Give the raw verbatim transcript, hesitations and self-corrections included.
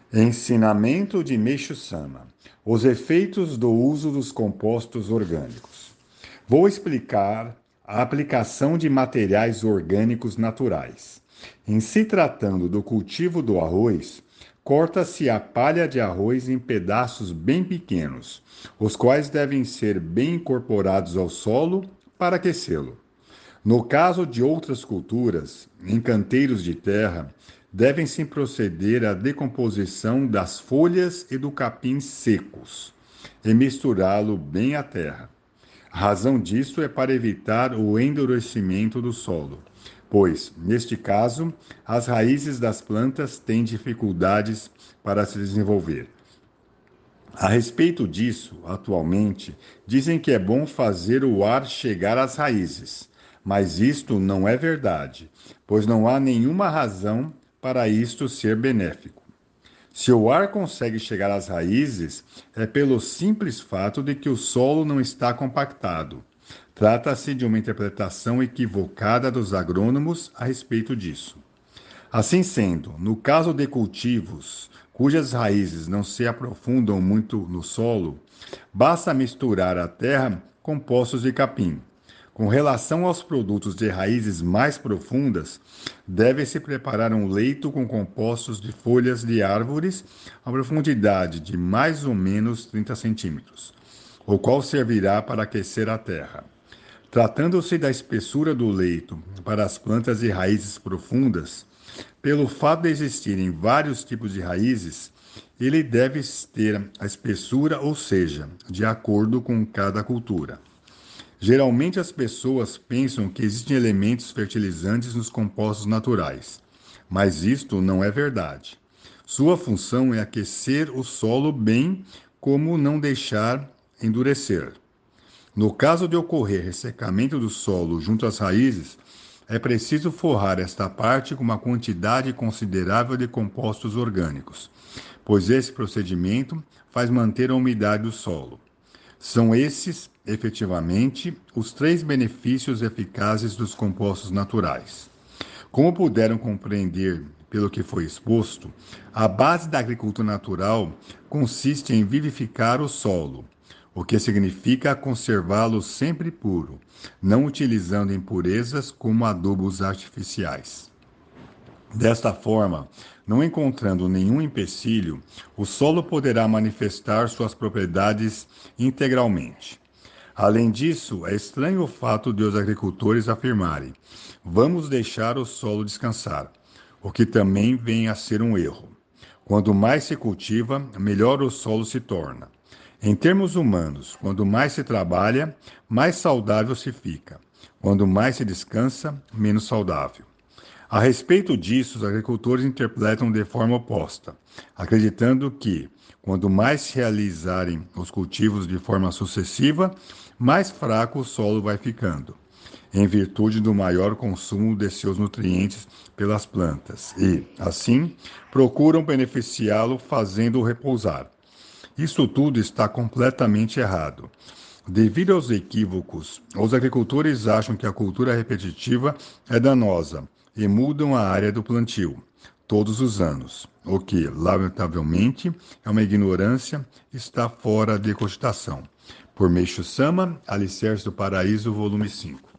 Ensinamento de Meishu Sama: os efeitos do uso dos compostos orgânicos. Vou explicar a aplicação de materiais orgânicos naturais. Em se tratando do cultivo do arroz, corta-se a palha de arroz em pedaços bem pequenos, os quais devem ser bem incorporados ao solo para aquecê-lo. No caso de outras culturas, em canteiros de terra, devem-se proceder à decomposição das folhas e do capim secos e misturá-lo bem à terra. A razão disso é para evitar o endurecimento do solo, pois, neste caso, as raízes das plantas têm dificuldades para se desenvolver. A respeito disso, atualmente, dizem que é bom fazer o ar chegar às raízes, mas isto não é verdade, pois não há nenhuma razão para isto ser benéfico. Se o ar consegue chegar às raízes, é pelo simples fato de que o solo não está compactado. Trata-se de uma interpretação equivocada dos agrônomos a respeito disso. Assim sendo, no caso de cultivos cujas raízes não se aprofundam muito no solo, basta misturar a terra com compostos de capim. Com relação aos produtos de raízes mais profundas, deve-se preparar um leito com compostos de folhas de árvores a profundidade de mais ou menos trinta centímetros, o qual servirá para aquecer a terra. Tratando-se da espessura do leito para as plantas de raízes profundas, pelo fato de existirem vários tipos de raízes, ele deve ter a espessura, ou seja, de acordo com cada cultura. Geralmente as pessoas pensam que existem elementos fertilizantes nos compostos naturais, mas isto não é verdade. Sua função é aquecer o solo bem como não deixar endurecer. No caso de ocorrer ressecamento do solo junto às raízes, é preciso forrar esta parte com uma quantidade considerável de compostos orgânicos, pois esse procedimento faz manter a umidade do solo. São esses, efetivamente, os três benefícios eficazes dos compostos naturais. Como puderam compreender pelo que foi exposto, a base da agricultura natural consiste em vivificar o solo, o que significa conservá-lo sempre puro, não utilizando impurezas como adubos artificiais. Desta forma, não encontrando nenhum empecilho, o solo poderá manifestar suas propriedades integralmente. Além disso, é estranho o fato de os agricultores afirmarem: vamos deixar o solo descansar, o que também vem a ser um erro. Quanto mais se cultiva, melhor o solo se torna. Em termos humanos, quanto mais se trabalha, mais saudável se fica. Quanto mais se descansa, menos saudável. A respeito disso, os agricultores interpretam de forma oposta, acreditando que, quanto mais se realizarem os cultivos de forma sucessiva, mais fraco o solo vai ficando, em virtude do maior consumo de seus nutrientes pelas plantas, e, assim, procuram beneficiá-lo fazendo-o repousar. Isso tudo está completamente errado. Devido aos equívocos, os agricultores acham que a cultura repetitiva é danosa e mudam a área do plantio todos os anos, o que, lamentavelmente, é uma ignorância e está fora de cogitação. Por Meishu Sama, Alicerce do Paraíso, volume cinco.